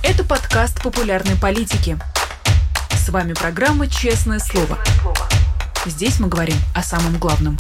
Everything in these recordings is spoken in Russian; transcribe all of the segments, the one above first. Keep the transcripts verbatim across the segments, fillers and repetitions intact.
Это подкаст популярной политики. С вами программа «Честное слово». Здесь мы говорим о самом главном.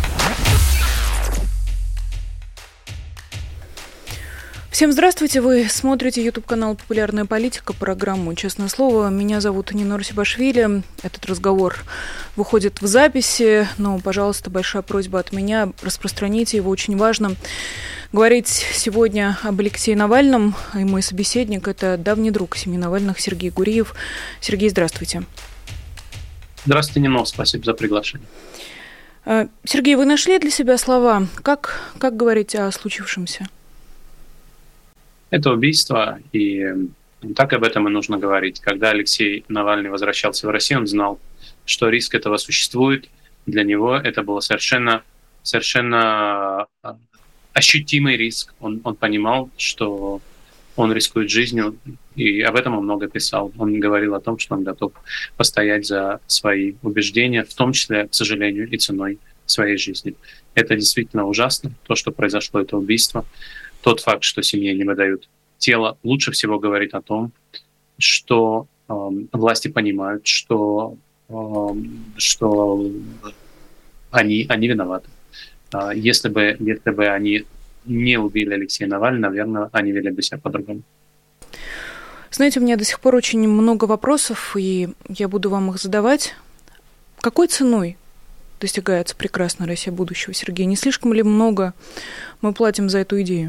Всем здравствуйте, вы смотрите YouTube-канал «Популярная политика», программу «Честное слово». Меня зовут Нина Русибашвили. Этот разговор выходит в записи, но, пожалуйста, большая просьба от меня, распространите его, очень важно. Говорить сегодня об Алексее Навальном, и мой собеседник – это давний друг семьи Навальных Сергей Гуриев. Сергей, здравствуйте. Здравствуйте, Нина, спасибо за приглашение. Сергей, вы нашли для себя слова? Как, как говорить о случившемся? Это убийство, и так об этом и нужно говорить. Когда Алексей Навальный возвращался в Россию, он знал, что риск этого существует. Для него это был совершенно, совершенно ощутимый риск. Он, он понимал, что он рискует жизнью, и об этом он много писал. Он говорил о том, что он готов постоять за свои убеждения, в том числе, к сожалению, и ценой своей жизни. Это действительно ужасно, то, что произошло, это убийство. Тот факт, что семье не выдают тело, лучше всего говорит о том, что э, власти понимают, что, э, что они, они виноваты. Э, если бы, если бы они не убили Алексея Навального, наверное, они вели бы себя по-другому. Знаете, у меня до сих пор очень много вопросов, и я буду вам их задавать. Какой ценой достигается прекрасная Россия будущего, Сергей? Не слишком ли много мы платим за эту идею?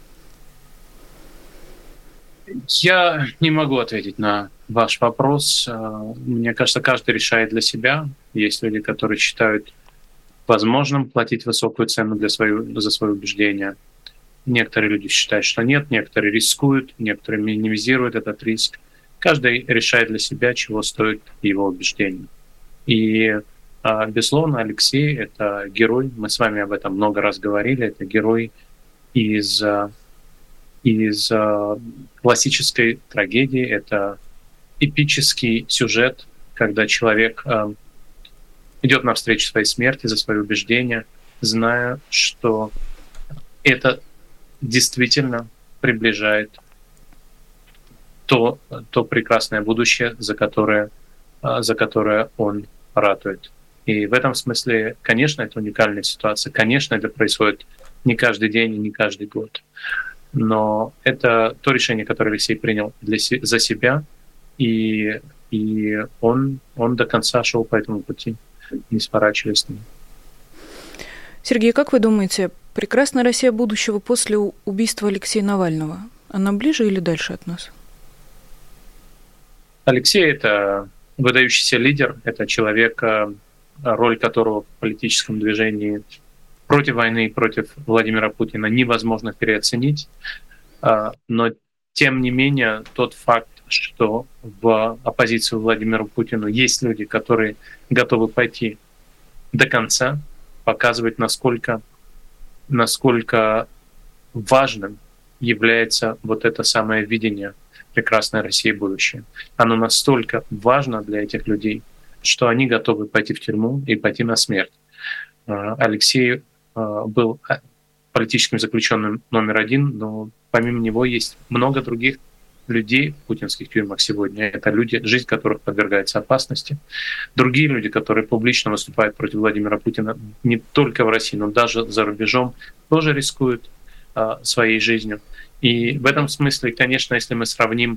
Я не могу ответить на ваш вопрос. Мне кажется, каждый решает для себя. Есть люди, которые считают возможным платить высокую цену для свою, за свои убеждения. Некоторые люди считают, что нет, некоторые рискуют, некоторые минимизируют этот риск. Каждый решает для себя, чего стоит его убеждение. И, безусловно, Алексей — это герой. Мы с вами об этом много раз говорили. Это герой из... из э, классической трагедии. Это эпический сюжет, когда человек э, идет навстречу своей смерти за свои убеждения, зная, что это действительно приближает то, то прекрасное будущее, за которое, э, за которое он ратует. И в этом смысле, конечно, это уникальная ситуация. Конечно, это происходит не каждый день и не каждый год. Но это то решение, которое Алексей принял для, за себя, и, и он, он до конца шел по этому пути, не сворачиваясь с ним. Сергей, как вы думаете, прекрасная Россия будущего после убийства Алексея Навального, она ближе или дальше от нас? Алексей — это выдающийся лидер, это человек, роль которого в политическом движении против войны, против Владимира Путина невозможно переоценить. Но, тем не менее, тот факт, что в оппозицию Владимиру Путину есть люди, которые готовы пойти до конца, показывает, насколько, насколько важным является вот это самое видение прекрасной России будущее. Оно настолько важно для этих людей, что они готовы пойти в тюрьму и пойти на смерть. Алексей был политическим заключенным номер один, но помимо него есть много других людей в путинских тюрьмах сегодня. Это люди, жизнь которых подвергается опасности. Другие люди, которые публично выступают против Владимира Путина, не только в России, но даже за рубежом, тоже рискуют а, своей жизнью. И в этом смысле, конечно, если мы сравним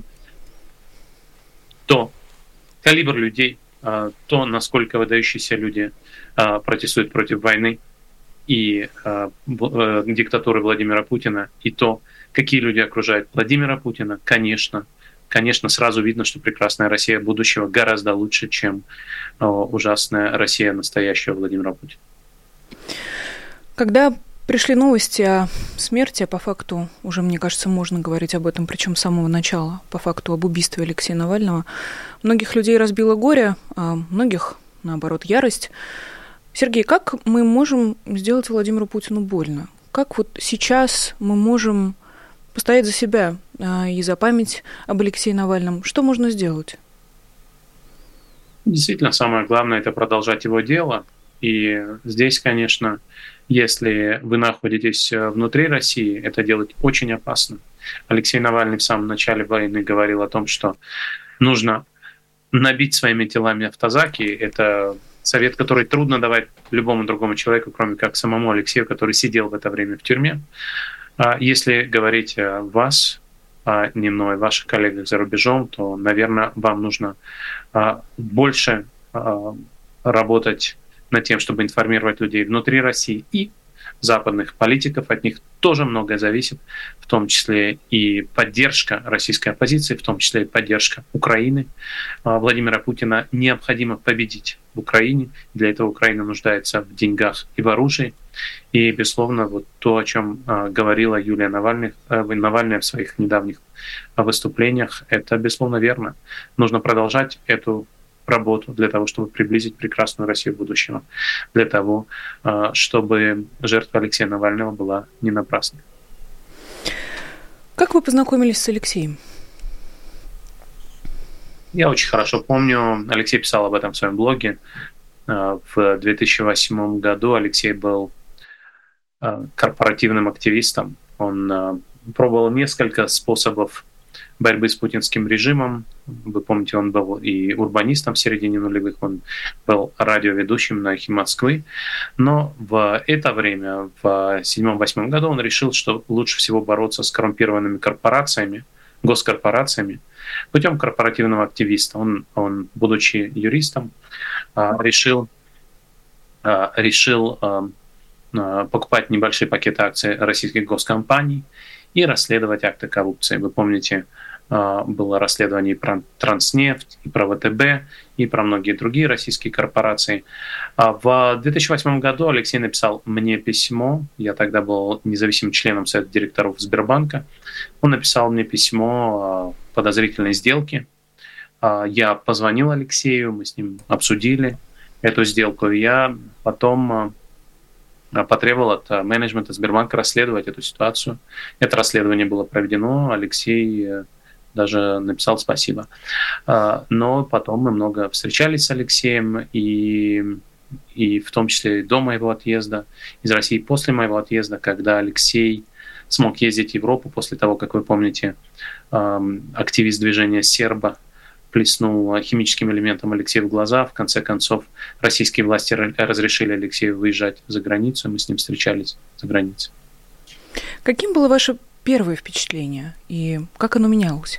то калибр людей, а, то, насколько выдающиеся люди а, протестуют против войны, и э, э, диктатуры Владимира Путина, и то, какие люди окружают Владимира Путина, конечно, конечно, сразу видно, что прекрасная Россия будущего гораздо лучше, чем э, ужасная Россия настоящего Владимира Путина. Когда пришли новости о смерти, а по факту, уже, мне кажется, можно говорить об этом, причем с самого начала, по факту об убийстве Алексея Навального, многих людей разбило горе, а многих, наоборот, ярость. Сергей, как мы можем сделать Владимиру Путину больно? Как вот сейчас мы можем постоять за себя и за память об Алексее Навальном? Что можно сделать? Действительно, самое главное — это продолжать его дело. И здесь, конечно, если вы находитесь внутри России, это делать очень опасно. Алексей Навальный в самом начале войны говорил о том, что нужно набить своими телами автозаки. Это совет, который трудно давать любому другому человеку, кроме как самому Алексею, который сидел в это время в тюрьме. Если говорить о вас, а не мной, ваших коллегах за рубежом, то, наверное, вам нужно больше работать над тем, чтобы информировать людей внутри России и западных политиков. От них тоже многое зависит, в том числе и поддержка российской оппозиции, в том числе и поддержка Украины. Владимира Путина необходимо победить в Украине. Для этого Украина нуждается в деньгах и в оружии. И, безусловно, вот то, о чем говорила Юлия Навальный, Навальная в своих недавних выступлениях, это, безусловно, верно. Нужно продолжать эту работу для того, чтобы приблизить прекрасную Россию будущего, для того, чтобы жертва Алексея Навального была не напрасной. Как вы познакомились с Алексеем? Я очень хорошо помню, Алексей писал об этом в своем блоге. В две тысячи восьмом году Алексей был корпоративным активистом. Он пробовал несколько способов борьбы с путинским режимом. Вы помните, он был и урбанистом в середине нулевых, он был радиоведущим на «Эхе Москвы». Но в это время, в седьмом-восьмом году, он решил, что лучше всего бороться с коррумпированными корпорациями, госкорпорациями, путем корпоративного активиста. Он, он будучи юристом, решил, решил покупать небольшие пакеты акций российских госкомпаний и расследовать акты коррупции. Вы помните, было расследование и про Транснефть, и про ВТБ, и про многие другие российские корпорации. В две тысячи восьмом году Алексей написал мне письмо. Я тогда был независимым членом Совета директоров Сбербанка. Он написал мне письмо о подозрительной сделке. Я позвонил Алексею, мы с ним обсудили эту сделку. И я потом потребовал от менеджмента Сбербанка расследовать эту ситуацию. Это расследование было проведено. Алексей даже написал спасибо. Но потом мы много встречались с Алексеем, и, и в том числе до моего отъезда из России, после моего отъезда, когда Алексей смог ездить в Европу после того, как вы помните, активист движения «Серба» плеснул химическим элементом Алексею в глаза. В конце концов, российские власти разрешили Алексею выезжать за границу, мы с ним встречались за границей. Каким было ваше первое впечатление и как оно менялось?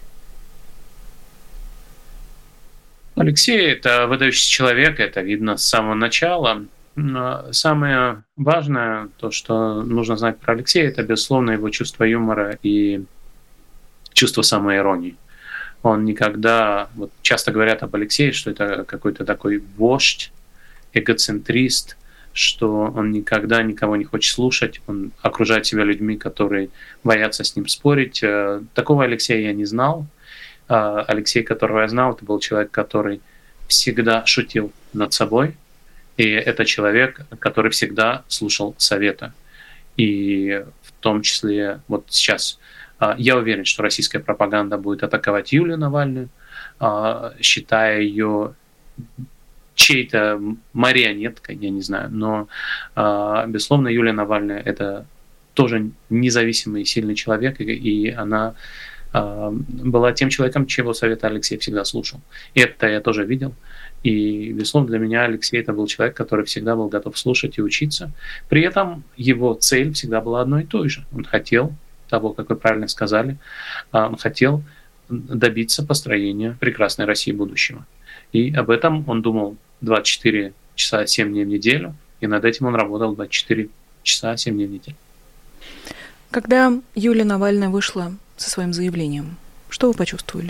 Алексей — это выдающийся человек, это видно с самого начала. Но самое важное, то, что нужно знать про Алексея, это, безусловно, его чувство юмора и чувство самоиронии. Он никогда, вот часто говорят об Алексее, что это какой-то такой вождь, эгоцентрист, что он никогда никого не хочет слушать, он окружает себя людьми, которые боятся с ним спорить. Такого Алексея я не знал. Алексей, которого я знал, это был человек, который всегда шутил над собой, и это человек, который всегда слушал совета. И в том числе вот сейчас я уверен, что российская пропаганда будет атаковать Юлию Навальную, считая ее чьей-то марионеткой, я не знаю. Но, безусловно, Юлия Навальная — это тоже независимый и сильный человек, и она была тем человеком, чьего совета Алексей всегда слушал. И это я тоже видел. И, безусловно, для меня Алексей — это был человек, который всегда был готов слушать и учиться. При этом его цель всегда была одной и той же. Он хотел того, как вы правильно сказали, он хотел добиться построения прекрасной России будущего. И об этом он думал двадцать четыре часа семь дней в неделю, и над этим он работал двадцать четыре часа семь дней в неделю. Когда Юлия Навальная вышла со своим заявлением, что вы почувствовали?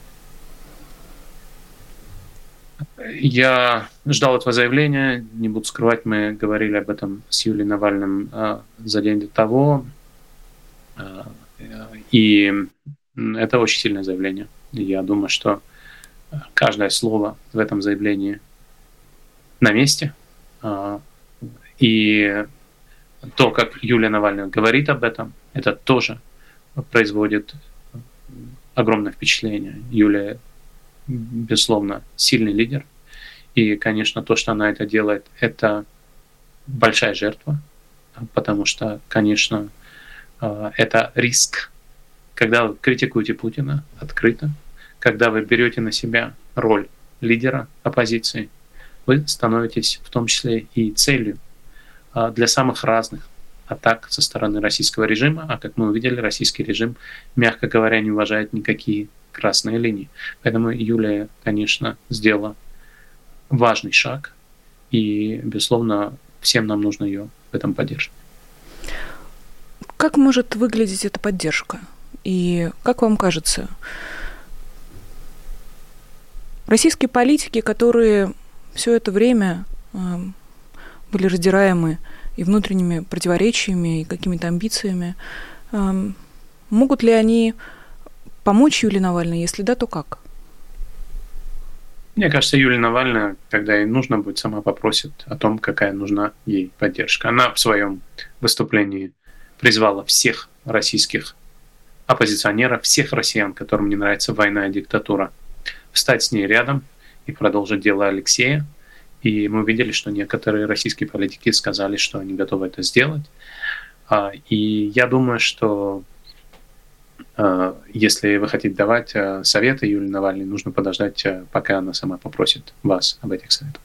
Я ждал этого заявления, не буду скрывать, мы говорили об этом с Юлией Навальным за день до того, и это очень сильное заявление. Я думаю, что каждое слово в этом заявлении на месте. И то, как Юлия Навальная говорит об этом, это тоже производит огромное впечатление. Юлия, безусловно, сильный лидер. И, конечно, то, что она это делает, это большая жертва, потому что, конечно, это риск, когда вы критикуете Путина открыто, когда вы берете на себя роль лидера оппозиции, вы становитесь в том числе и целью для самых разных атак со стороны российского режима, а как мы увидели, российский режим, мягко говоря, не уважает никакие красные линии. Поэтому Юлия, конечно, сделала важный шаг, и, безусловно, всем нам нужно ее в этом поддерживать. Как может выглядеть эта поддержка? И как вам кажется, российские политики, которые все это время были раздираемы и внутренними противоречиями, и какими-то амбициями, могут ли они помочь Юлии Навальной? Если да, то как? Мне кажется, Юлия Навальная, когда ей нужно будет, сама попросит о том, какая нужна ей поддержка. Она в своем выступлении призвала всех российских оппозиционеров, всех россиян, которым не нравится война и диктатура, встать с ней рядом и продолжить дело Алексея. И мы увидели, что некоторые российские политики сказали, что они готовы это сделать. И я думаю, что если вы хотите давать советы Юлии Навальной, нужно подождать, пока она сама попросит вас об этих советах.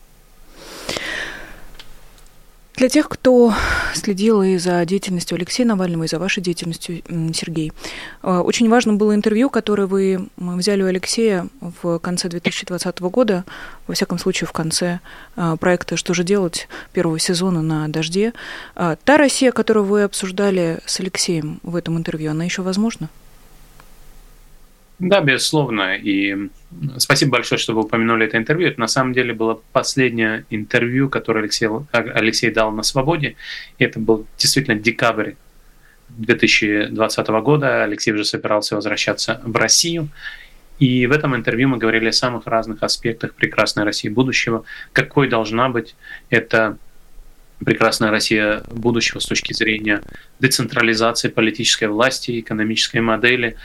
Для тех, кто следил и за деятельностью Алексея Навального, и за вашей деятельностью, Сергей, очень важно было интервью, которое вы взяли у Алексея в конце две тысячи двадцатого года, во всяком случае в конце проекта «Что же делать?» первого сезона на «Дожде». Та Россия, которую вы обсуждали с Алексеем в этом интервью, она еще возможна? Да, безусловно. И спасибо большое, что вы упомянули это интервью. Это на самом деле было последнее интервью, которое Алексей, Алексей дал на «Свободе». И это был действительно декабрь две тысячи двадцатого года. Алексей уже собирался возвращаться в Россию. И в этом интервью мы говорили о самых разных аспектах прекрасной России будущего. Какой должна быть эта прекрасная Россия будущего с точки зрения децентрализации политической власти, экономической модели,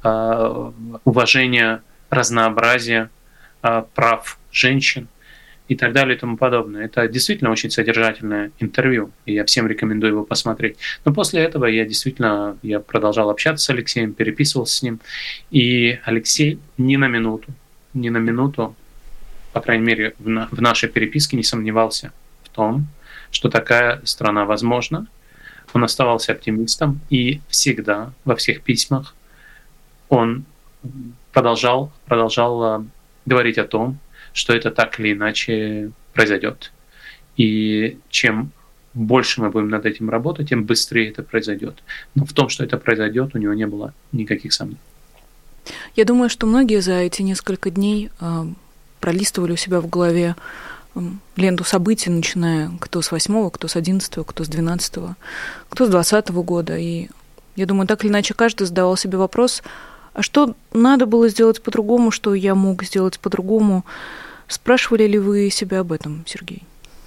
уважения разнообразия прав женщин и так далее и тому подобное. Это действительно очень содержательное интервью, и я всем рекомендую его посмотреть. Но после этого я действительно я продолжал общаться с Алексеем, переписывался с ним, и Алексей ни на минуту, ни на минуту, по крайней мере, в, на, в нашей переписке не сомневался в том, что такая страна возможна. Он оставался оптимистом, и всегда во всех письмах он продолжал, продолжал говорить о том, что это так или иначе произойдет. И чем больше мы будем над этим работать, тем быстрее это произойдет. Но в том, что это произойдет, у него не было никаких сомнений. Я думаю, что многие за эти несколько дней э, пролистывали у себя в голове э, ленту событий, начиная кто с восьмого, кто с одиннадцатого, кто с двенадцатого, кто с двадцатого года. И я думаю, так или иначе каждый задавал себе вопрос, а что надо было сделать по-другому, что я мог сделать по-другому? Спрашивали ли вы себя об этом, Сергей?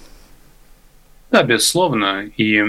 Да, безусловно. И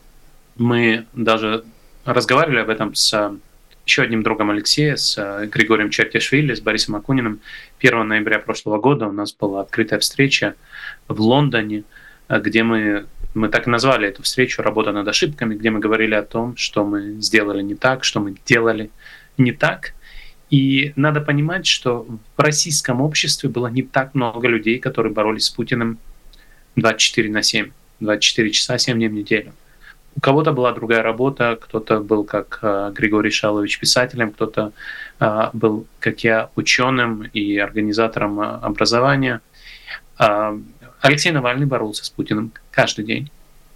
мы даже разговаривали об этом с еще одним другом Алексея, с Григорием Чертишвили, с Борисом Акуниным. первого ноября прошлого года у нас была открытая встреча в Лондоне, где мы, мы так и назвали эту встречу «Работа над ошибками», где мы говорили о том, что мы сделали не так, что мы делали не так. И надо понимать, что в российском обществе было не так много людей, которые боролись с Путиным двадцать четыре на семь, двадцать четыре часа, семь дней в неделю. У кого-то была другая работа, кто-то был, как Григорий Шалович, писателем, кто-то был, как я, ученым и организатором образования. Алексей Навальный боролся с Путиным каждый день,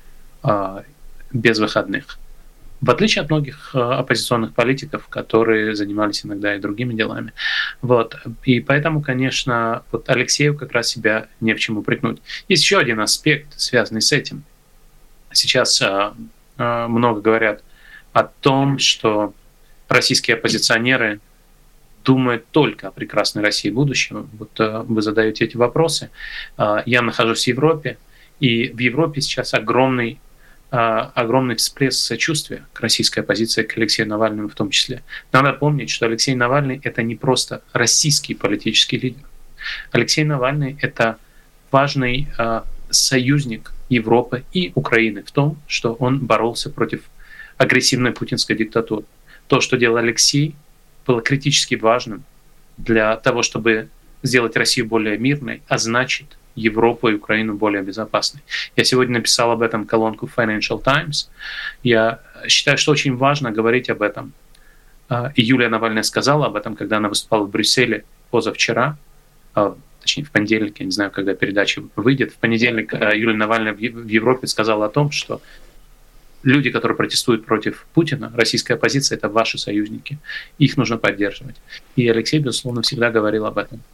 без выходных. В отличие от многих оппозиционных политиков, которые занимались иногда и другими делами. Вот. И поэтому, конечно, вот Алексею как раз себя не в чем упрекнуть. Есть еще один аспект, связанный с этим. Сейчас э, э, много говорят о том, что российские оппозиционеры думают только о прекрасной России будущего. Вот э, вы задаете эти вопросы. Э, я нахожусь в Европе, и в Европе сейчас огромный огромный всплеск сочувствия к российской оппозиции, к Алексею Навальному в том числе. Надо помнить, что Алексей Навальный — это не просто российский политический лидер. Алексей Навальный — это важный э, союзник Европы и Украины в том, что он боролся против агрессивной путинской диктатуры. То, что делал Алексей, было критически важным для того, чтобы сделать Россию более мирной, а значит, Европу и Украину более безопасной. Я сегодня написал об этом колонку в Financial Times. Я считаю, что очень важно говорить об этом. И Юлия Навальная сказала об этом, когда она выступала в Брюсселе позавчера, точнее, в понедельник, я не знаю, когда передача выйдет. В понедельник Юлия Навальная в Европе сказала о том, что люди, которые протестуют против Путина, российская оппозиция — это ваши союзники. Их нужно поддерживать. И Алексей, безусловно, всегда говорил об этом.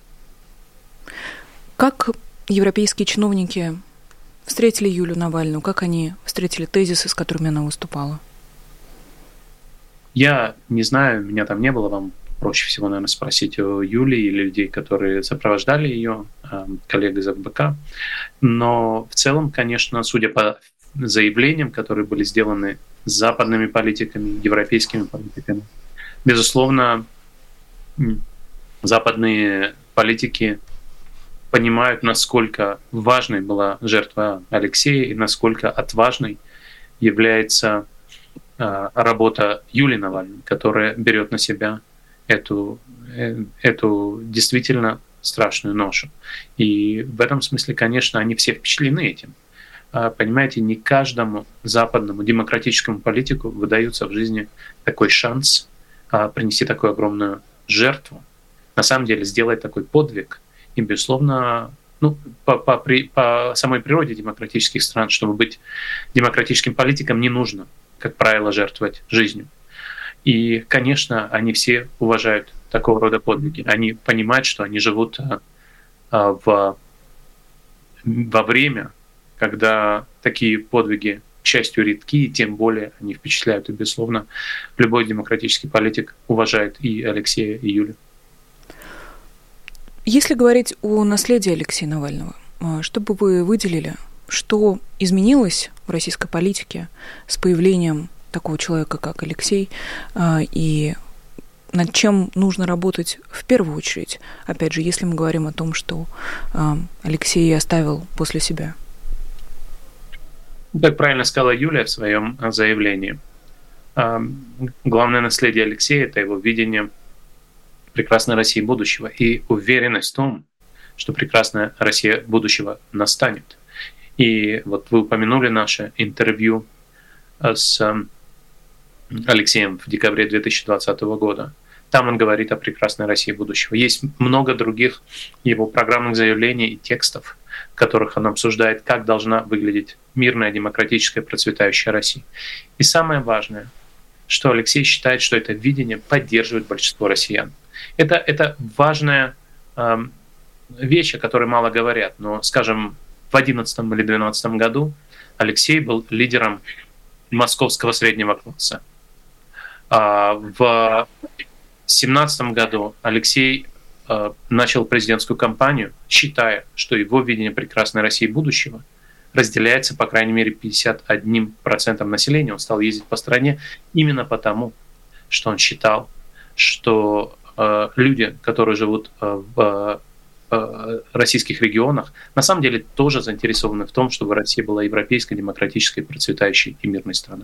Как европейские чиновники встретили Юлию Навальную? Как они встретили тезисы, с которыми она выступала? Я не знаю, меня там не было. Вам проще всего, наверное, спросить у Юлии или людей, которые сопровождали ее, коллег из эф бэ ка. Но в целом, конечно, судя по заявлениям, которые были сделаны западными политиками, европейскими политиками, безусловно, западные политики понимают, насколько важной была жертва Алексея и насколько отважной является э, работа Юлии Навальной, которая берет на себя эту, э, эту действительно страшную ношу. И в этом смысле, конечно, они все впечатлены этим. Э, понимаете, не каждому западному демократическому политику выдается в жизни такой шанс э, принести такую огромную жертву, на самом деле сделать такой подвиг. И, безусловно, ну, по, по, при, по самой природе демократических стран, чтобы быть демократическим политиком, не нужно, как правило, жертвовать жизнью. И, конечно, они все уважают такого рода подвиги. Они понимают, что они живут а, а, в, во время, когда такие подвиги, к счастью, редки, и тем более они впечатляют. И, безусловно, любой демократический политик уважает и Алексея, и Юлю. Если говорить о наследии Алексея Навального, что бы вы выделили, что изменилось в российской политике с появлением такого человека, как Алексей, и над чем нужно работать в первую очередь, опять же, если мы говорим о том, что Алексей оставил после себя? Как правильно сказала Юлия в своем заявлении, главное наследие Алексея — это его видение прекрасной России будущего и уверенность в том, что прекрасная Россия будущего настанет. И вот вы упомянули наше интервью с Алексеем в декабре две тысячи двадцатого года. Там он говорит о прекрасной России будущего. Есть много других его программных заявлений и текстов, в которых он обсуждает, как должна выглядеть мирная, демократическая, процветающая Россия. И самое важное, что Алексей считает, что это видение поддерживает большинство россиян. Это, это важная э, вещь, о которой мало говорят. Но, скажем, в две тысячи одиннадцатом или две тысячи двенадцатом году Алексей был лидером московского среднего класса. А в две тысячи семнадцатом году Алексей э, начал президентскую кампанию, считая, что его видение прекрасной России будущего разделяется, по крайней мере, пятьдесят один процент населения. Он стал ездить по стране именно потому, что он считал, что э, люди, которые живут э, в э, российских регионах, на самом деле тоже заинтересованы в том, чтобы Россия была европейской, демократической, процветающей и мирной страной.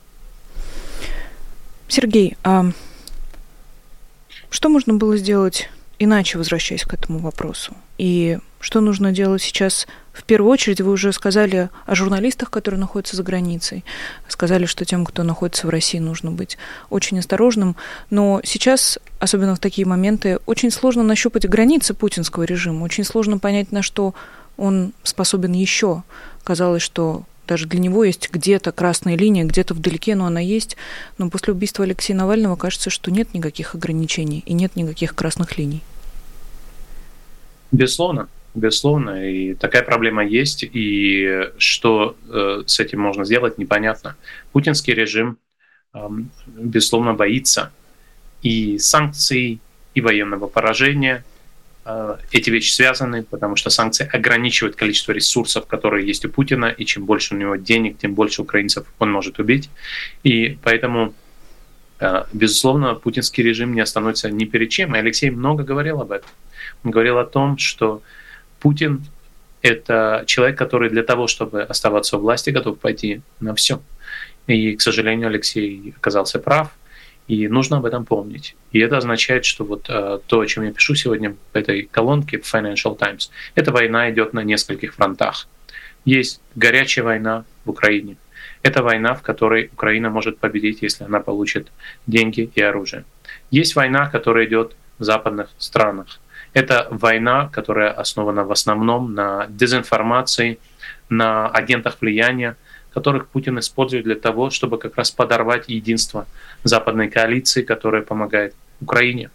Сергей, а что можно было сделать иначе, возвращаясь к этому вопросу? И что нужно делать сейчас в первую очередь? Вы уже сказали о журналистах, которые находятся за границей, сказали, что тем, кто находится в России, нужно быть очень осторожным, но сейчас, особенно в такие моменты, очень сложно нащупать границы путинского режима, очень сложно понять, на что он способен еще. Казалось, что даже для него есть где-то красная линия, где-то вдалеке, но она есть. Но после убийства Алексея Навального кажется, что нет никаких ограничений и нет никаких красных линий. Безусловно, безусловно. И такая проблема есть. И что э, с этим можно сделать, непонятно. Путинский режим, э, безусловно, боится и санкций, и военного поражения. Эти вещи связаны, потому что санкции ограничивают количество ресурсов, которые есть у Путина, и чем больше у него денег, тем больше украинцев он может убить. И поэтому, безусловно, путинский режим не остановится ни перед чем. И Алексей много говорил об этом. Он говорил о том, что Путин — Это человек, который для того, чтобы оставаться у власти, готов пойти на все. И, к сожалению, Алексей оказался прав, и нужно об этом помнить. И это означает, что вот э, то, о чем я пишу сегодня в этой колонке в Financial Times, эта война идет на нескольких фронтах. Есть горячая война в Украине. Это война, в которой Украина может победить, если она получит деньги и оружие. Есть война, которая идет в западных странах. Это война, которая основана в основном на дезинформации, на агентах влияния, которых Путин использует для того, чтобы как раз подорвать единство западной коалиции, которая помогает Украине.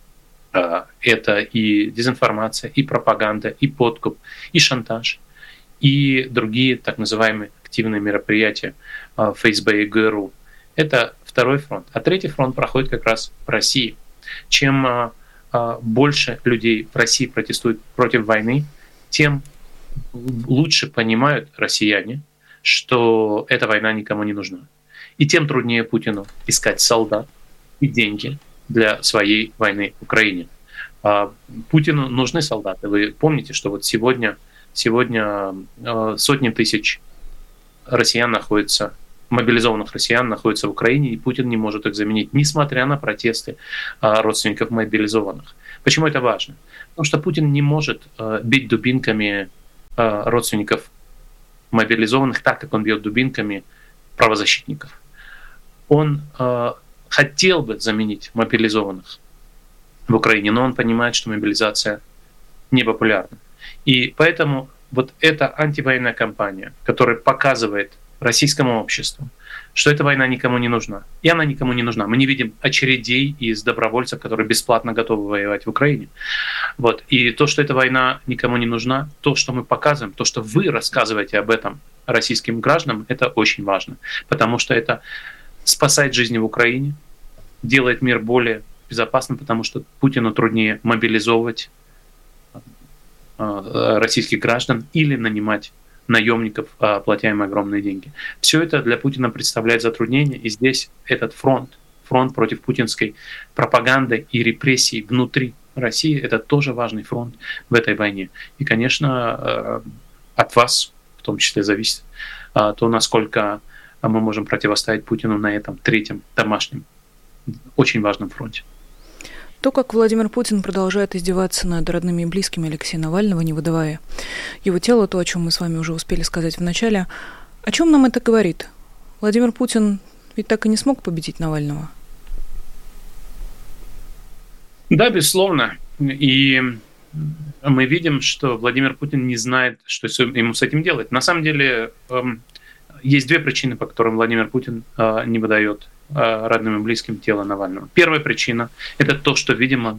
Это и дезинформация, и пропаганда, и подкуп, и шантаж, и другие так называемые активные мероприятия эф эс бэ и гэ эр у. Это второй фронт. А третий фронт проходит как раз в России. Чем больше людей в России протестуют против войны, тем лучше понимают россияне, что эта война никому не нужна. И тем труднее Путину искать солдат и деньги для своей войны в Украине. Путину нужны солдаты. Вы помните, что вот сегодня, сегодня сотни тысяч россиян находятся, мобилизованных россиян находятся в Украине, и Путин не может их заменить, несмотря на протесты родственников мобилизованных. Почему это важно? Потому что Путин не может бить дубинками родственников мобилизованных так, как он бьет дубинками правозащитников. Он э, хотел бы заменить мобилизованных в Украине, но он понимает, что мобилизация непопулярна. И поэтому вот эта антивоенная кампания, которая показывает российскому обществу, что эта война никому не нужна. И она никому не нужна. Мы не видим очередей из добровольцев, которые бесплатно готовы воевать в Украине. Вот. И то, что эта война никому не нужна, то, что мы показываем, то, что вы рассказываете об этом российским гражданам, это очень важно. Потому что это спасает жизни в Украине, делает мир более безопасным, потому что Путину труднее мобилизовывать российских граждан или нанимать наемников, платя им огромные деньги. Все это для Путина представляет затруднение, и здесь этот фронт, фронт против путинской пропаганды и репрессий внутри России, это тоже важный фронт в этой войне. И, конечно, от вас в том числе зависит то, насколько мы можем противостоять Путину на этом третьем домашнем, очень важном фронте. То, как Владимир Путин продолжает издеваться над родными и близкими Алексея Навального, не выдавая его тело, то, о чем мы с вами уже успели сказать в начале, о чем нам это говорит? Владимир Путин ведь так и не смог победить Навального. Да, безусловно. И мы видим, что Владимир Путин не знает, что ему с этим делать. На самом деле, есть две причины, по которым Владимир Путин не выдает родным и близким тело Навального. Первая причина — это то, что, видимо,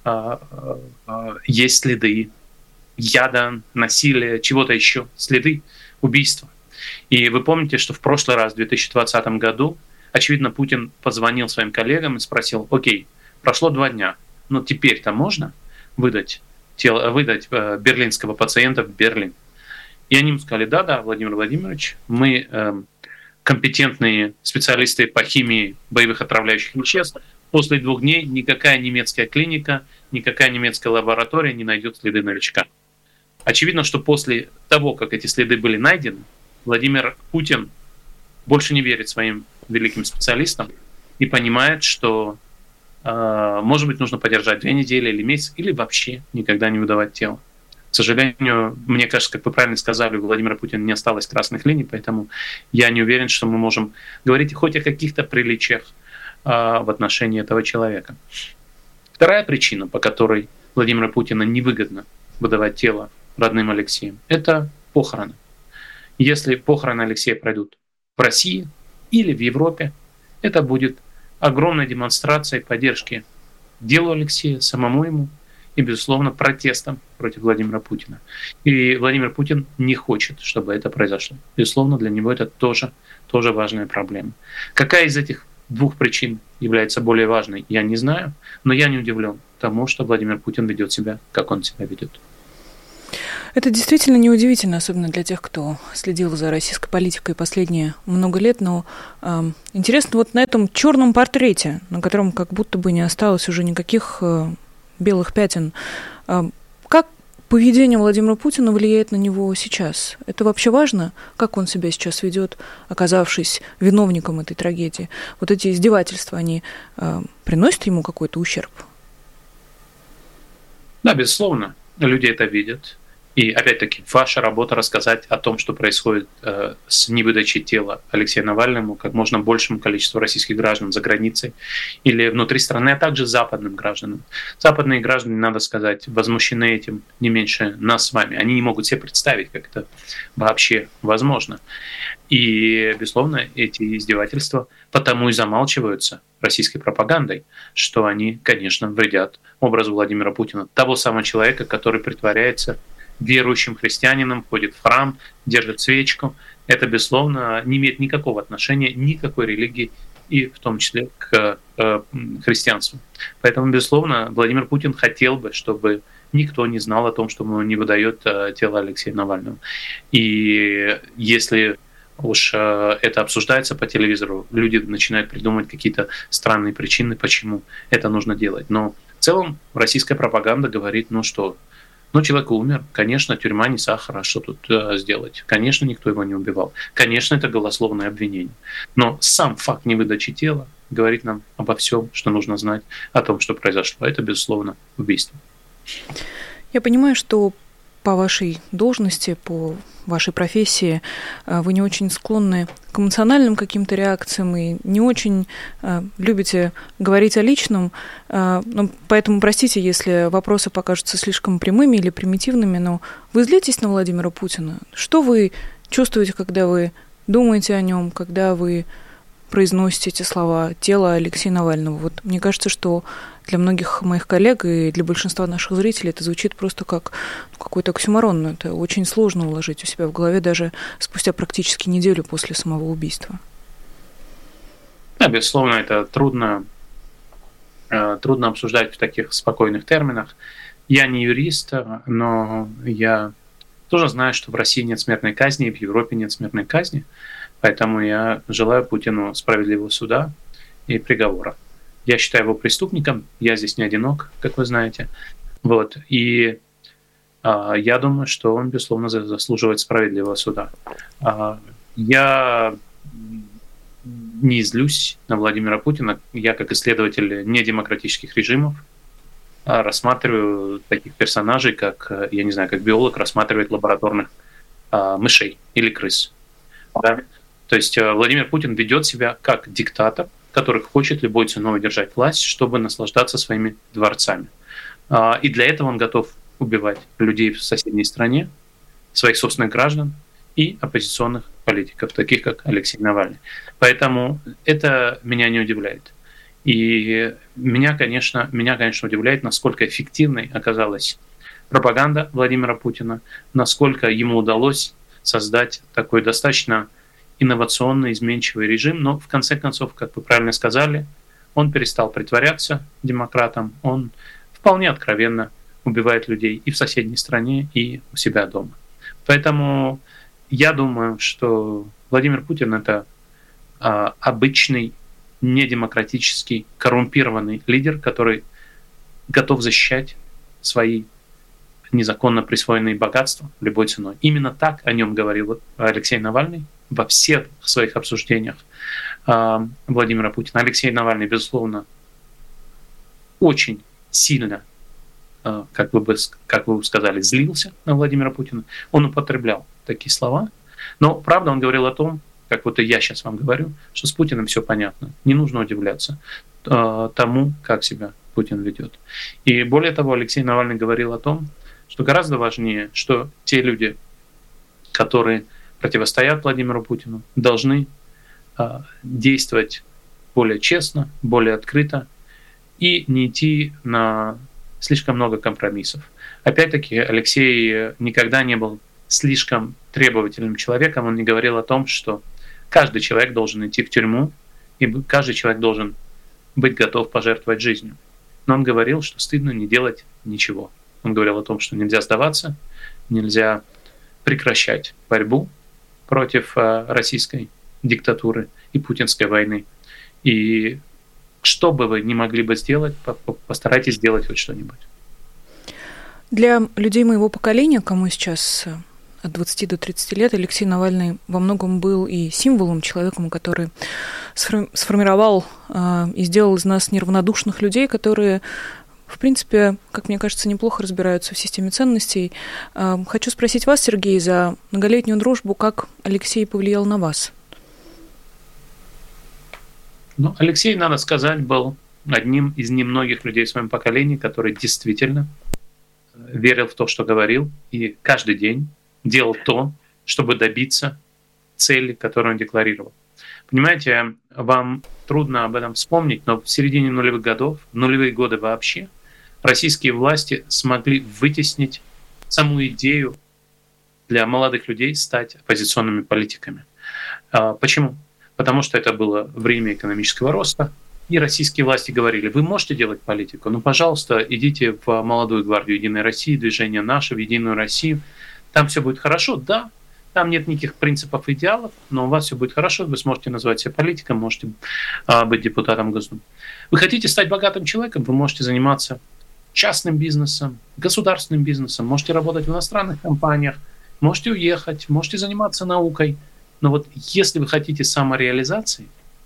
есть следы яда, насилия, чего-то еще, следы убийства. И вы помните, что в прошлый раз, в две тысячи двадцатом году, очевидно, Путин позвонил своим коллегам и спросил: окей, прошло два дня, но теперь-то можно выдать, тело, выдать берлинского пациента в Берлин? И они ему сказали: да-да, Владимир Владимирович, мы э, компетентные специалисты по химии боевых отравляющих веществ. После двух дней никакая немецкая клиника, никакая немецкая лаборатория не найдет следы новичка. Очевидно, что после того, как эти следы были найдены, Владимир Путин больше не верит своим великим специалистам и понимает, что, э, может быть, нужно подержать две недели или месяц, или вообще никогда не выдавать тело. К сожалению, мне кажется, как вы правильно сказали, у Владимира Путина не осталось красных линий, поэтому я не уверен, что мы можем говорить хоть о каких-то приличиях э, в отношении этого человека. Вторая причина, по которой Владимиру Путину невыгодно выдавать тело родным Алексеем, это похороны. Если похороны Алексея пройдут в России или в Европе, это будет огромной демонстрацией поддержки делу Алексея, самому ему, и, безусловно, протестом против Владимира Путина. И Владимир Путин не хочет, чтобы это произошло. Безусловно, для него это тоже, тоже важная проблема. Какая из этих двух причин является более важной, я не знаю, но я не удивлен тому, что Владимир Путин ведет себя, как он себя ведет. Это действительно неудивительно, особенно для тех, кто следил за российской политикой последние много лет. Но э, интересно, вот на этом черном портрете, на котором как будто бы не осталось уже никаких э, белых пятен, э, как поведение Владимира Путина влияет на него сейчас? Это вообще важно? Как он себя сейчас ведет, оказавшись виновником этой трагедии? Вот эти издевательства, они э, приносят ему какой-то ущерб? Да, безусловно, люди это видят. И опять-таки, ваша работа рассказать о том, что происходит э, с невыдачей тела Алексею Навальному как можно большему количеству российских граждан за границей или внутри страны, а также западным гражданам. Западные граждане, надо сказать, возмущены этим не меньше нас с вами. Они не могут себе представить, как это вообще возможно. И, безусловно, эти издевательства потому и замалчиваются российской пропагандой, что они, конечно, вредят образу Владимира Путина, того самого человека, который притворяется верующим христианином, ходит в храм, держит свечку. Это, безусловно, не имеет никакого отношения никакой религии, и в том числе к э, христианству. Поэтому, безусловно, Владимир Путин хотел бы, чтобы никто не знал о том, что ему не выдает э, тело Алексея Навального. И если уж э, это обсуждается по телевизору, люди начинают придумывать какие-то странные причины, почему это нужно делать. Но в целом российская пропаганда говорит, ну что, ну, человек умер, конечно, тюрьма не сахар, а что тут э, сделать? Конечно, никто его не убивал. Конечно, это голословное обвинение. Но сам факт невыдачи тела говорит нам обо всем, что нужно знать о том, что произошло. Это, безусловно, убийство. Я понимаю, что по вашей должности, по вашей профессии вы не очень склонны к эмоциональным каким-то реакциям и не очень э, любите говорить о личном. Э, ну, поэтому простите, если вопросы покажутся слишком прямыми или примитивными, но вы злитесь на Владимира Путина? Что вы чувствуете, когда вы думаете о нем, когда вы произносите эти слова «тело Алексея Навального»? Вот мне кажется, что для многих моих коллег и для большинства наших зрителей это звучит просто как какой-то оксюморон. Но это очень сложно уложить у себя в голове даже спустя практически неделю после самого убийства. Да, безусловно, это трудно, трудно обсуждать в таких спокойных терминах. Я не юрист, но я тоже знаю, что в России нет смертной казни, и в Европе нет смертной казни. Поэтому я желаю Путину справедливого суда и приговора. Я считаю его преступником, я здесь не одинок, как вы знаете. Вот. И а, я думаю, что он, безусловно, заслуживает справедливого суда. А, я не злюсь на Владимира Путина. Я, как исследователь недемократических режимов, рассматриваю таких персонажей, как, я не знаю, как биолог рассматривает лабораторных а, мышей или крыс. Да? То есть Владимир Путин ведет себя как диктатор, который хочет любой ценой удержать власть, чтобы наслаждаться своими дворцами. И для этого он готов убивать людей в соседней стране, своих собственных граждан и оппозиционных политиков, таких как Алексей Навальный. Поэтому это меня не удивляет. И меня, конечно, меня, конечно, удивляет, насколько эффективной оказалась пропаганда Владимира Путина, насколько ему удалось создать такой достаточно инновационный, изменчивый режим, но в конце концов, как вы правильно сказали, он перестал притворяться демократом, он вполне откровенно убивает людей и в соседней стране, и у себя дома. Поэтому я думаю, что Владимир Путин — это а, обычный, недемократический, коррумпированный лидер, который готов защищать свои незаконно присвоенные богатства любой ценой. Именно так о нем говорил Алексей Навальный во всех своих обсуждениях э, Владимира Путина. Алексей Навальный, безусловно, очень сильно, э, как вы бы, как вы сказали, злился на Владимира Путина. Он употреблял такие слова. Но, правда, он говорил о том, как вот и я сейчас вам говорю, что с Путиным все понятно. Не нужно удивляться э, тому, как себя Путин ведет. И более того, Алексей Навальный говорил о том, что гораздо важнее, что те люди, которые противостоят Владимиру Путину, должны э, действовать более честно, более открыто и не идти на слишком много компромиссов. Опять-таки, Алексей никогда не был слишком требовательным человеком. Он не говорил о том, что каждый человек должен идти в тюрьму, и каждый человек должен быть готов пожертвовать жизнью. Но он говорил, что стыдно не делать ничего. Он говорил о том, что нельзя сдаваться, нельзя прекращать борьбу против российской диктатуры и путинской войны. И что бы вы ни могли бы сделать, постарайтесь сделать хоть что-нибудь. Для людей моего поколения, кому сейчас от двадцати до тридцати лет, Алексей Навальный во многом был и символом, человеком, который сформировал и сделал из нас неравнодушных людей, которые, в принципе, как мне кажется, неплохо разбираются в системе ценностей. Хочу спросить вас, Сергей, за многолетнюю дружбу, как Алексей повлиял на вас? Ну, Алексей, надо сказать, был одним из немногих людей в своем поколении, который действительно верил в то, что говорил, и каждый день делал то, чтобы добиться цели, которую он декларировал. Понимаете, вам трудно об этом вспомнить, но в середине нулевых годов, в нулевые годы вообще, российские власти смогли вытеснить саму идею для молодых людей стать оппозиционными политиками. Почему? Потому что это было время экономического роста, и российские власти говорили: вы можете делать политику, но, пожалуйста, идите в молодую гвардию Единой России, движение наше, в Единую Россию. Там все будет хорошо, да, там нет никаких принципов, идеалов, но у вас все будет хорошо, вы сможете назвать себя политиком, можете а, быть депутатом Госдумы. Вы хотите стать богатым человеком, вы можете заниматься частным бизнесом, государственным бизнесом, можете работать в иностранных компаниях, можете уехать, можете заниматься наукой. Но вот если вы хотите самореализации,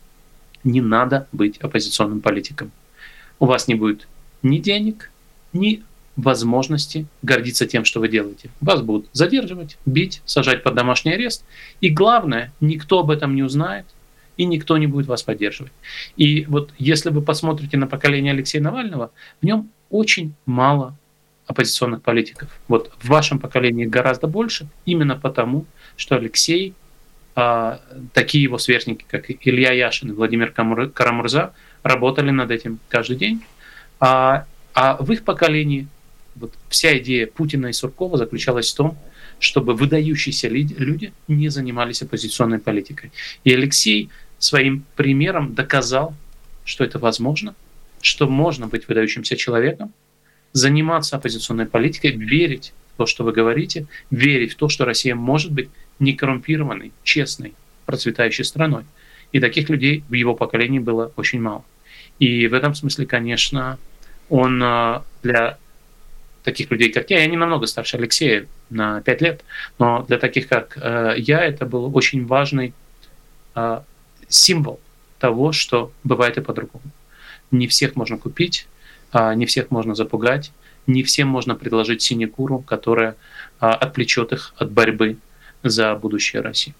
не надо быть оппозиционным политиком. У вас не будет ни денег, ни возможности гордиться тем, что вы делаете. Вас будут задерживать, бить, сажать под домашний арест. И главное, никто об этом не узнает, и никто не будет вас поддерживать. И вот если вы посмотрите на поколение Алексея Навального, в нем очень мало оппозиционных политиков. Вот в вашем поколении гораздо больше, именно потому, что Алексей, а, такие его сверстники, как Илья Яшин и Владимир Карамурза, работали над этим каждый день. А, а в их поколении вот вся идея Путина и Суркова заключалась в том, чтобы выдающиеся люди не занимались оппозиционной политикой. И Алексей своим примером доказал, что это возможно, что можно быть выдающимся человеком, заниматься оппозиционной политикой, верить в то, что вы говорите, верить в то, что Россия может быть некоррумпированной, честной, процветающей страной. И таких людей в его поколении было очень мало. И в этом смысле, конечно, он для таких людей, как я, я не намного старше Алексея, на пять лет, но для таких, как э, я, это был очень важный э, символ того, что бывает и по-другому. Не всех можно купить, э, не всех можно запугать, не всем можно предложить синекуру, которая э, отвлечет их от борьбы за будущее России.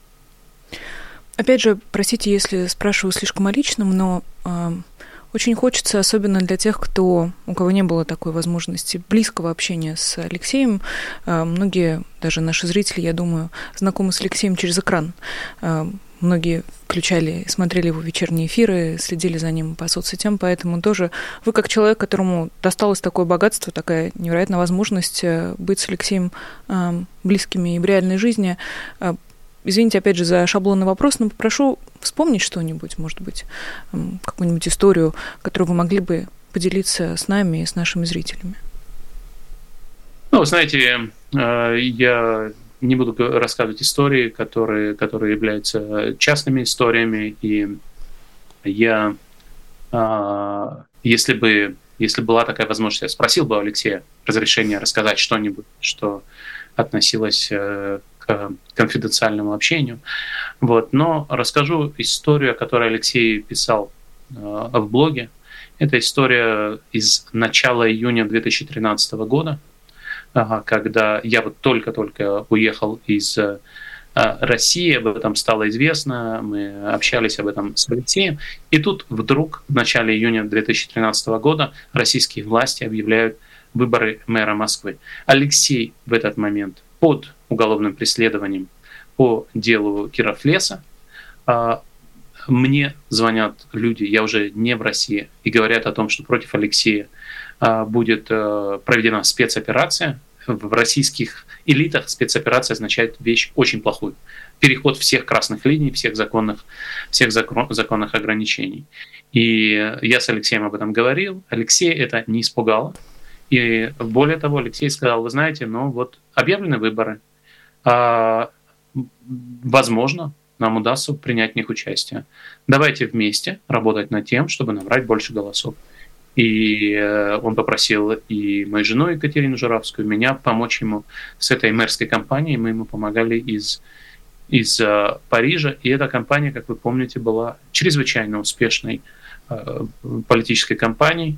Опять же, простите, если спрашиваю слишком о личном, но э, очень хочется, особенно для тех, кто, у кого не было такой возможности близкого общения с Алексеем, э, многие, даже наши зрители, я думаю, знакомы с Алексеем через экран. Э, многие включали, смотрели его вечерние эфиры, следили за ним по соцсетям, поэтому тоже вы, как человек, которому досталось такое богатство, такая невероятная возможность быть с Алексеем э, близкими и в реальной жизни. Э, Извините, опять же, за шаблонный вопрос, но попрошу вспомнить что-нибудь, может быть, какую-нибудь историю, которую вы могли бы поделиться с нами и с нашими зрителями. Ну, знаете, я не буду рассказывать истории, которые, которые являются частными историями, и я, если бы, если была такая возможность, я спросил бы у Алексея разрешения рассказать что-нибудь, что относилось к конфиденциальному общению. Вот. Но расскажу историю, которую Алексей писал э, в блоге. Это история из начала июня две тысячи тринадцатого года, э, когда я вот только-только уехал из э, России, об этом стало известно, мы общались об этом с Алексеем, и тут вдруг в начале июня две тысячи тринадцатого года российские власти объявляют выборы мэра Москвы. Алексей в этот момент под уголовным преследованием по делу Кировлеса. Мне звонят люди, я уже не в России, и говорят о том, что против Алексея будет проведена спецоперация. В российских элитах спецоперация означает вещь очень плохую. Переход всех красных линий, всех законных, всех законных ограничений. И я с Алексеем об этом говорил. Алексей это не испугало. И более того, Алексей сказал: вы знаете, ну вот объявлены выборы. А, возможно, нам удастся принять в них участие. Давайте вместе работать над тем, чтобы набрать больше голосов. И он попросил и мою жену Екатерину Журавскую, меня помочь ему с этой мэрской кампанией. Мы ему помогали из, из Парижа. И эта кампания, как вы помните, была чрезвычайно успешной политической кампанией.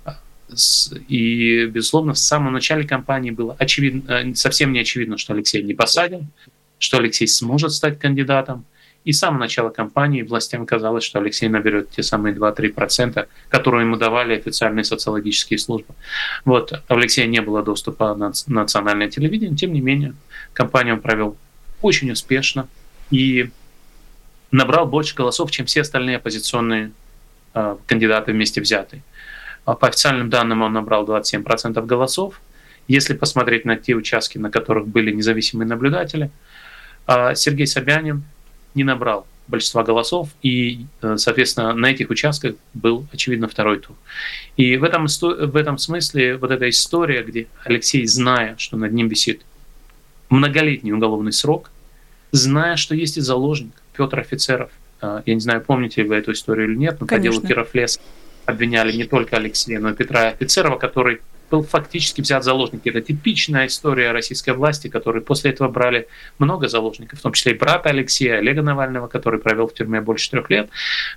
И, безусловно, в самом начале кампании было очевидно, совсем не очевидно, что Алексей не посаден, что Алексей сможет стать кандидатом. И с самого начала кампании властям казалось, что Алексей наберет те самые два-три процента, которые ему давали официальные социологические службы. Вот, у Алексея не было доступа на национальное телевидение, тем не менее, кампанию он провел очень успешно и набрал больше голосов, чем все остальные оппозиционные э, кандидаты вместе взятые. По официальным данным он набрал двадцать семь процентов голосов. Если посмотреть на те участки, на которых были независимые наблюдатели, э, Сергей Собянин не набрал большинства голосов, и, соответственно, на этих участках был, очевидно, второй тур. И в этом, в этом смысле вот эта история, где Алексей, зная, что над ним висит многолетний уголовный срок, зная, что есть и заложник Петр Офицеров, я не знаю, помните ли вы эту историю или нет, но по делу Кировлеска обвиняли не только Алексея, но и Петра Офицерова, который был фактически взят в заложники. Это типичная история российской власти, которые после этого брали много заложников, в том числе и брата Алексея, Олега Навального, который провел в тюрьме больше трех лет.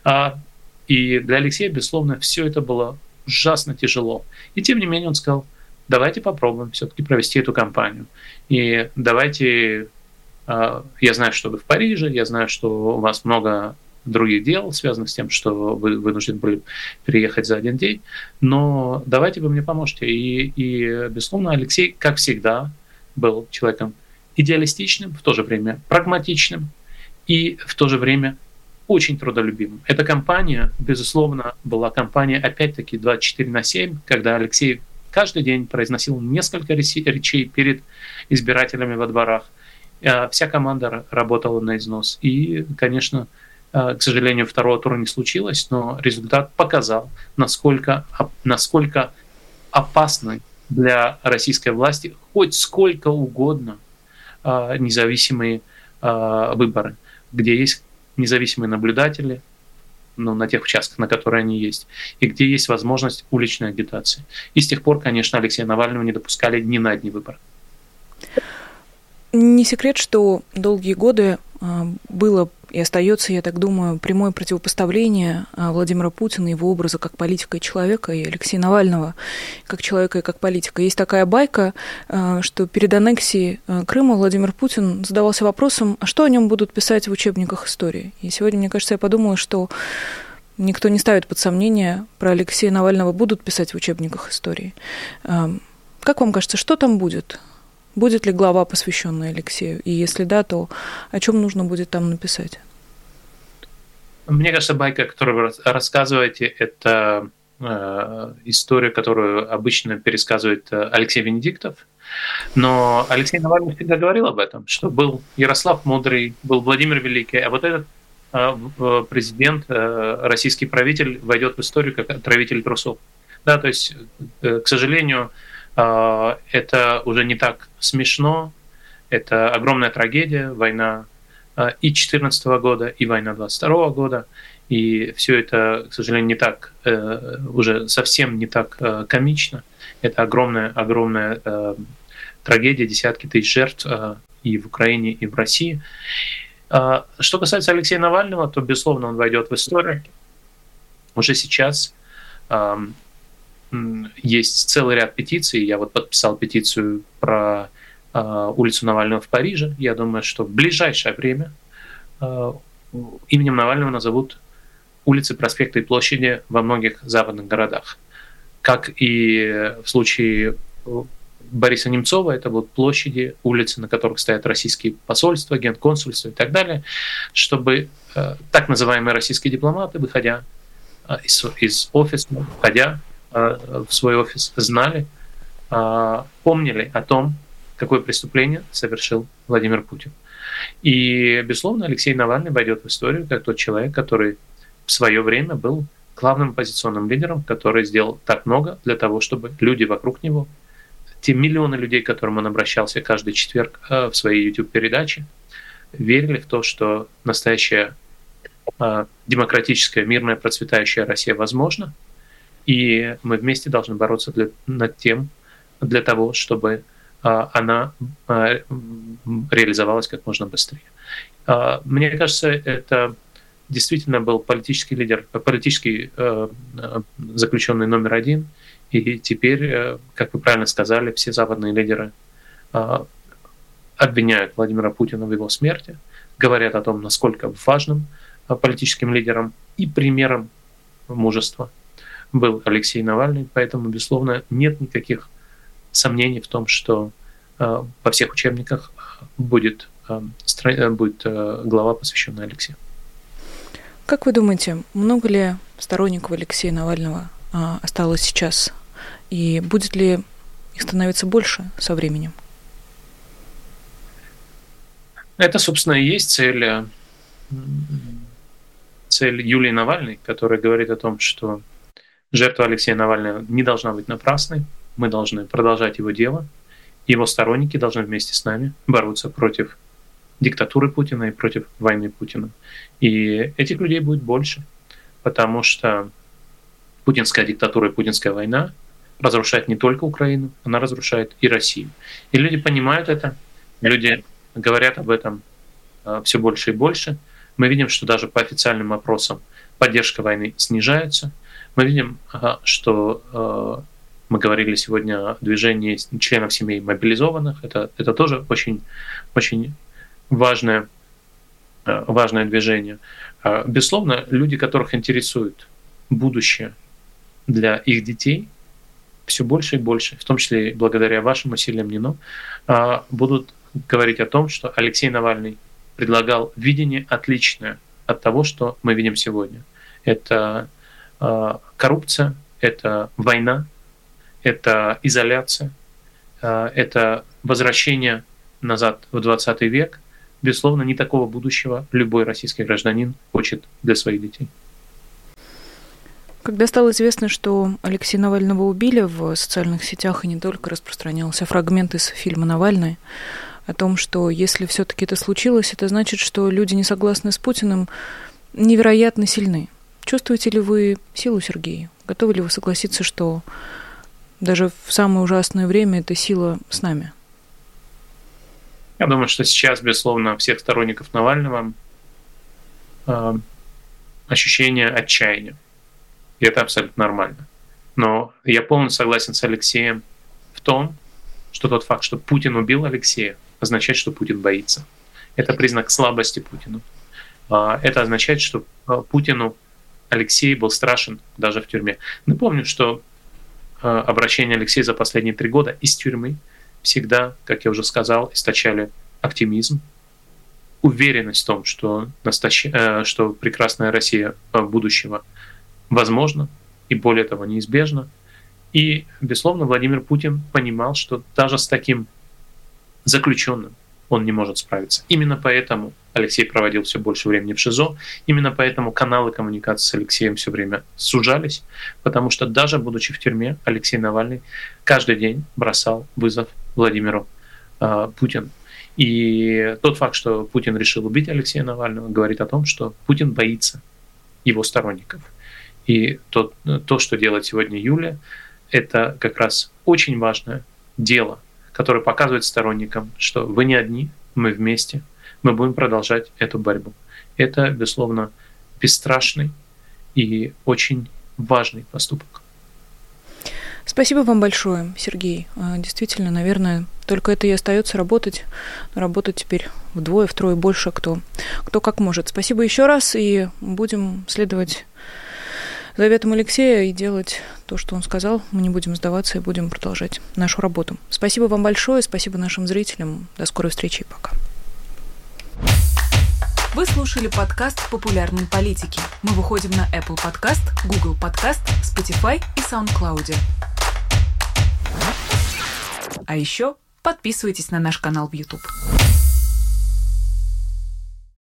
И для Алексея, безусловно, все это было ужасно тяжело. И тем не менее он сказал, давайте попробуем все-таки провести эту кампанию. И давайте, я знаю, что вы в Париже, я знаю, что у вас много других дел, связанных с тем, что вы вынуждены были переехать за один день, но давайте вы мне поможете. И, и, безусловно, Алексей, как всегда, был человеком идеалистичным, в то же время прагматичным и в то же время очень трудолюбивым. Эта кампания, безусловно, была кампания, опять-таки, двадцать четыре на семь, когда Алексей каждый день произносил несколько речей перед избирателями во дворах. Вся команда работала на износ. И, конечно, к сожалению, второго тура не случилось, но результат показал, насколько, насколько опасны для российской власти хоть сколько угодно независимые выборы, где есть независимые наблюдатели, ну, на тех участках, на которые они есть, и где есть возможность уличной агитации. И с тех пор, конечно, Алексея Навального не допускали ни на одни выборы. Не секрет, что долгие годы было и остается, я так думаю, прямое противопоставление Владимира Путина, его образа как политика и человека, и Алексея Навального как человека и как политика. Есть такая байка, что перед аннексией Крыма Владимир Путин задавался вопросом, а что о нем будут писать в учебниках истории. И сегодня, мне кажется, я подумала, что никто не ставит под сомнение, про Алексея Навального будут писать в учебниках истории. Как вам кажется, что там будет? Будет ли глава, посвященная Алексею? И если да, то о чем нужно будет там написать? Мне кажется, байка, которую вы рассказываете, это э, история, которую обычно пересказывает Алексей Венедиктов. Но Алексей Навальный всегда говорил об этом, что был Ярослав Мудрый, был Владимир Великий, а вот этот э, президент, э, российский правитель, войдет в историю как отравитель трусов. Да, то есть, э, к сожалению, это уже не так смешно, это огромная трагедия, война и две тысячи четырнадцатого года, и война две тысячи двадцать второго года, и все это, к сожалению, не так, уже совсем не так комично. Это огромная, огромная трагедия, десятки тысяч жертв и в Украине, и в России. Что касается Алексея Навального, то, безусловно, он войдет в историю. Уже сейчас есть целый ряд петиций. Я вот подписал петицию про э, улицу Навального в Париже. Я думаю, что в ближайшее время э, именем Навального назовут улицы, проспекты и площади во многих западных городах. Как и в случае Бориса Немцова, это будут площади, улицы, на которых стоят российские посольства, генконсульства и так далее, чтобы э, так называемые российские дипломаты, выходя э, из, из офиса, выходя в свой офис, знали, помнили о том, какое преступление совершил Владимир Путин. И, безусловно, Алексей Навальный войдет в историю как тот человек, который в свое время был главным оппозиционным лидером, который сделал так много для того, чтобы люди вокруг него, те миллионы людей, к которым он обращался каждый четверг в своей YouTube-передаче, верили в то, что настоящая демократическая, мирная, процветающая Россия возможна. И мы вместе должны бороться для, над тем, для того, чтобы а, она а, реализовалась как можно быстрее. А, мне кажется, это действительно был политический лидер, политический а, заключенный номер один. И теперь, как вы правильно сказали, все западные лидеры а, обвиняют Владимира Путина в его смерти, говорят о том, насколько важным а, политическим лидером и примером мужества был Алексей Навальный, поэтому, безусловно, нет никаких сомнений в том, что э, во всех учебниках будет, э, стра- будет э, глава, посвященная Алексею. Как вы думаете, много ли сторонников Алексея Навального э, осталось сейчас? И будет ли их становиться больше со временем? Это, собственно, и есть цель, э, цель Юлии Навальной, которая говорит о том, что жертва Алексея Навального не должна быть напрасной. Мы должны продолжать его дело. Его сторонники должны вместе с нами бороться против диктатуры Путина и против войны Путина. И этих людей будет больше, потому что путинская диктатура и путинская война разрушает не только Украину, она разрушает и Россию. И люди понимают это, люди говорят об этом все больше и больше. Мы видим, что даже по официальным опросам поддержка войны снижается. Мы видим, что мы говорили сегодня о движении членов семей мобилизованных. Это, это тоже очень, очень важное, важное движение. Безусловно, люди, которых интересует будущее для их детей, все больше и больше, в том числе и благодаря вашим усилиям, Нино, будут говорить о том, что Алексей Навальный предлагал видение отличное от того, что мы видим сегодня. Это коррупция, это война, это изоляция, это возвращение назад в двадцатый век. Безусловно, не такого будущего любой российский гражданин хочет для своих детей. Когда стало известно, что Алексея Навального убили, в социальных сетях и не только распространялся фрагмент из фильма «Навальный» о том, что если все-таки это случилось, это значит, что люди, не согласные с Путиным, невероятно сильны. Чувствуете ли вы силу, Сергей? Готовы ли вы согласиться, что даже в самое ужасное время эта сила с нами? Я думаю, что сейчас, безусловно, всех сторонников Навального э, ощущение отчаяния. И это абсолютно нормально. Но я полностью согласен с Алексеем в том, что тот факт, что Путин убил Алексея, означает, что Путин боится. Это признак слабости Путину. Э, это означает, что э, Путину Алексей был страшен даже в тюрьме. Напомню, что э, обращение Алексея за последние три года из тюрьмы всегда, как я уже сказал, источали оптимизм, уверенность в том, что, настоящ... э, что прекрасная Россия будущего возможна и, более того, неизбежна. И, безусловно, Владимир Путин понимал, что даже с таким заключенным он не может справиться. Именно поэтому Алексей проводил все больше времени в ШИЗО. Именно поэтому каналы коммуникации с Алексеем все время сужались, потому что даже будучи в тюрьме, Алексей Навальный каждый день бросал вызов Владимиру э, Путину. И тот факт, что Путин решил убить Алексея Навального, говорит о том, что Путин боится его сторонников. И то, то что делает сегодня Юлия, это как раз очень важное дело, которое показывает сторонникам, что вы не одни, мы вместе, мы будем продолжать эту борьбу. Это, безусловно, бесстрашный и очень важный поступок. Спасибо вам большое, Сергей. Действительно, наверное, только это и остается работать. Работать теперь вдвое, втрое больше, кто, кто как может. Спасибо еще раз, и будем следовать заветам Алексея и делать то, что он сказал. Мы не будем сдаваться и будем продолжать нашу работу. Спасибо вам большое, спасибо нашим зрителям. До скорой встречи и пока. Вы слушали подкаст «Популярные политики». Мы выходим на Apple Podcast, Google Podcast, Spotify и SoundCloud. А еще подписывайтесь на наш канал в YouTube.